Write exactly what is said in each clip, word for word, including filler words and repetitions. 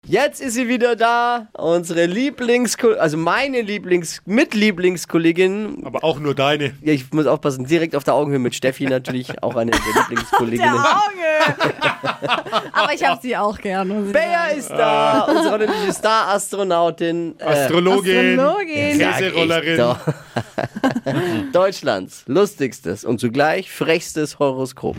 Jetzt ist sie wieder da. Unsere Lieblings... Also meine Lieblings... Mitlieblingskollegin. Aber auch nur deine. Ja, ich muss aufpassen. Direkt auf der Augenhöhe mit Steffi natürlich. Auch eine der Lieblingskolleginnen. Aber ich habe sie auch gerne. Bea ist da. Unsere ordentliche Star-Astronautin. Äh, Astrologin. Astrologin. Käserollerin. Deutschlands lustigstes und zugleich frechstes Horoskop.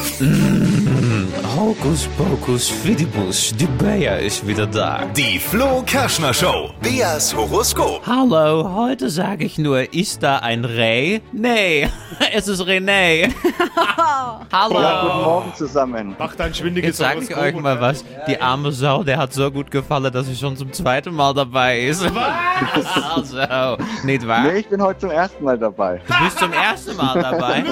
Hokus Pokus Fidibus, die Bea ist wieder da. Die Flo Kerschner Show. Beas Horoskop. Hallo, heute sage ich nur, ist da ein Reh? Nee, es ist René. Hallo. Ja, guten Morgen zusammen. Mach dein schwindiges Jetzt sage ich Horoskop euch mal und- was. Die arme Sau, der hat so gut gefallen, dass sie schon zum zweiten Mal dabei ist. Was? Also, nicht wahr? Nee, ich bin heute zum ersten Mal dabei. Du bist zum ersten Mal dabei.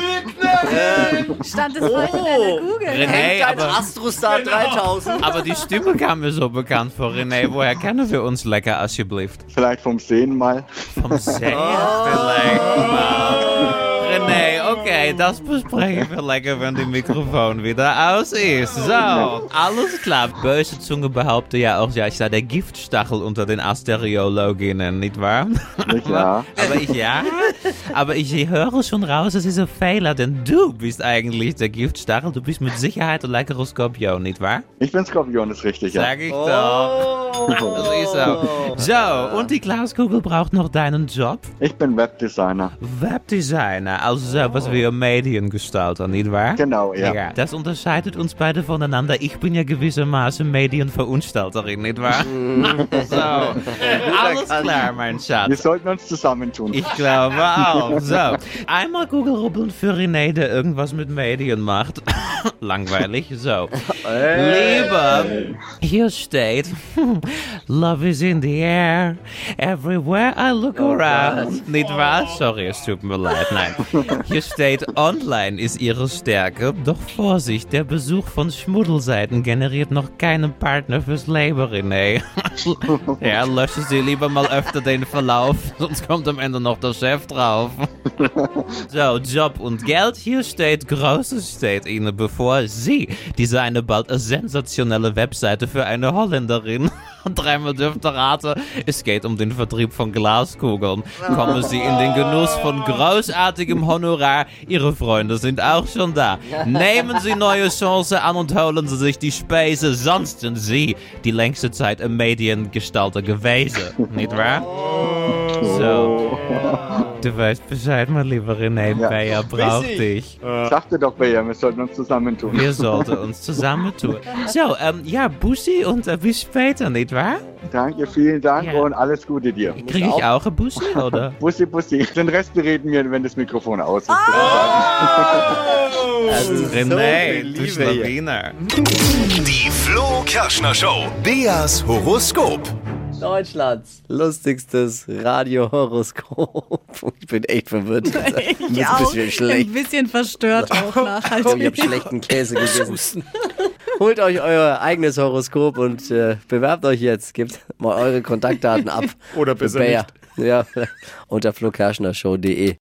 Stand es heute in der Google. René, Dein aber, Astrostar dreitausend. aber die Stimme kam mir so bekannt vor, René. Woher kennen wir uns lecker, alsjeblieft? Vielleicht vom Sehen mal. Vom Sehen vielleicht mal. René, okay, das besprechen wir lecker, wenn die Mikrofon wieder aus ist. So, alles klar. Böse Zunge behauptet ja auch, ja, ich sei der Giftstachel unter den Asteriologinnen, nicht wahr? Nicht wahr? Aber ich, ja, aber ich höre schon raus, es ist ein Fehler, denn du bist eigentlich der Giftstachel. Du bist mit Sicherheit ein leckerer Skorpion, nicht wahr? Ich bin Skorpion, ist richtig, ja. Sag ich doch. Das ist so. So, und die Glaskugel braucht noch deinen Job? Ich bin Webdesigner. Webdesigner, also sowas wie ein Mediengestalter, nicht wahr? Genau, ja. Das unterscheidet uns beide voneinander. Ich bin ja gewissermaßen Medienverunstalterin, nicht wahr? So, alles klar, mein Wir Schatz. sollten uns zusammentun. Ich glaube auch. So, einmal Google rubbeln für René, der irgendwas mit Medien macht. Langweilig. So, lieber, hier steht, Love is in the air, everywhere I look around. Nicht wahr? Sorry, es tut mir leid, nein. Hier steht, online ist ihre Stärke, doch Vorsicht, der Besuch von Schmuddelseiten generiert noch keinen Partner fürs Leben, René. Ja, löschen Sie lieber mal öfter den Verlauf, sonst kommt am Ende noch der Chef drauf. So, Job und Geld, hier steht, Großes steht Ihnen bevor. Sie designen bald eine sensationelle Webseite für eine Holländerin. Dreimal dürft ihr raten, es geht um den Vertrieb von Glaskugeln. Kommen Sie in den Genuss von großartigem Honorar. Ihre Freunde sind auch schon da. Nehmen Sie neue Chancen an und holen Sie sich die Späße, sonst sind Sie die längste Zeit ein Mediengestalter gewesen. Nicht wahr? So. Du weißt Bescheid, mein lieber René. Ja. Bea braucht dich. Sagte doch, Bea, wir sollten uns zusammentun. Wir sollten uns zusammentun. So, ähm, ja, Bussi und äh, bis später, nicht wahr? Danke, vielen Dank Ja. und alles Gute dir. Kriege ich auch ein Bussi, oder? Bussi, Bussi. Den Rest bereden wir, wenn das Mikrofon aus ist. Also René, viel du Liebe hier. Schlawiner. Die Flo Kerschner Show. Beas Horoskop. Deutschlands lustigstes Radiohoroskop. Ich bin echt verwirrt. Ich Jetzt auch. bist du schlecht. Ein bisschen verstört auch Ich glaube, ich nachhaltig. habe schlechten Käse gegessen. Holt euch euer eigenes Horoskop und äh, bewerbt euch jetzt. Gebt mal eure Kontaktdaten ab. Oder Für besser Bea. nicht. Ja, unter flo kerschner show punkt de.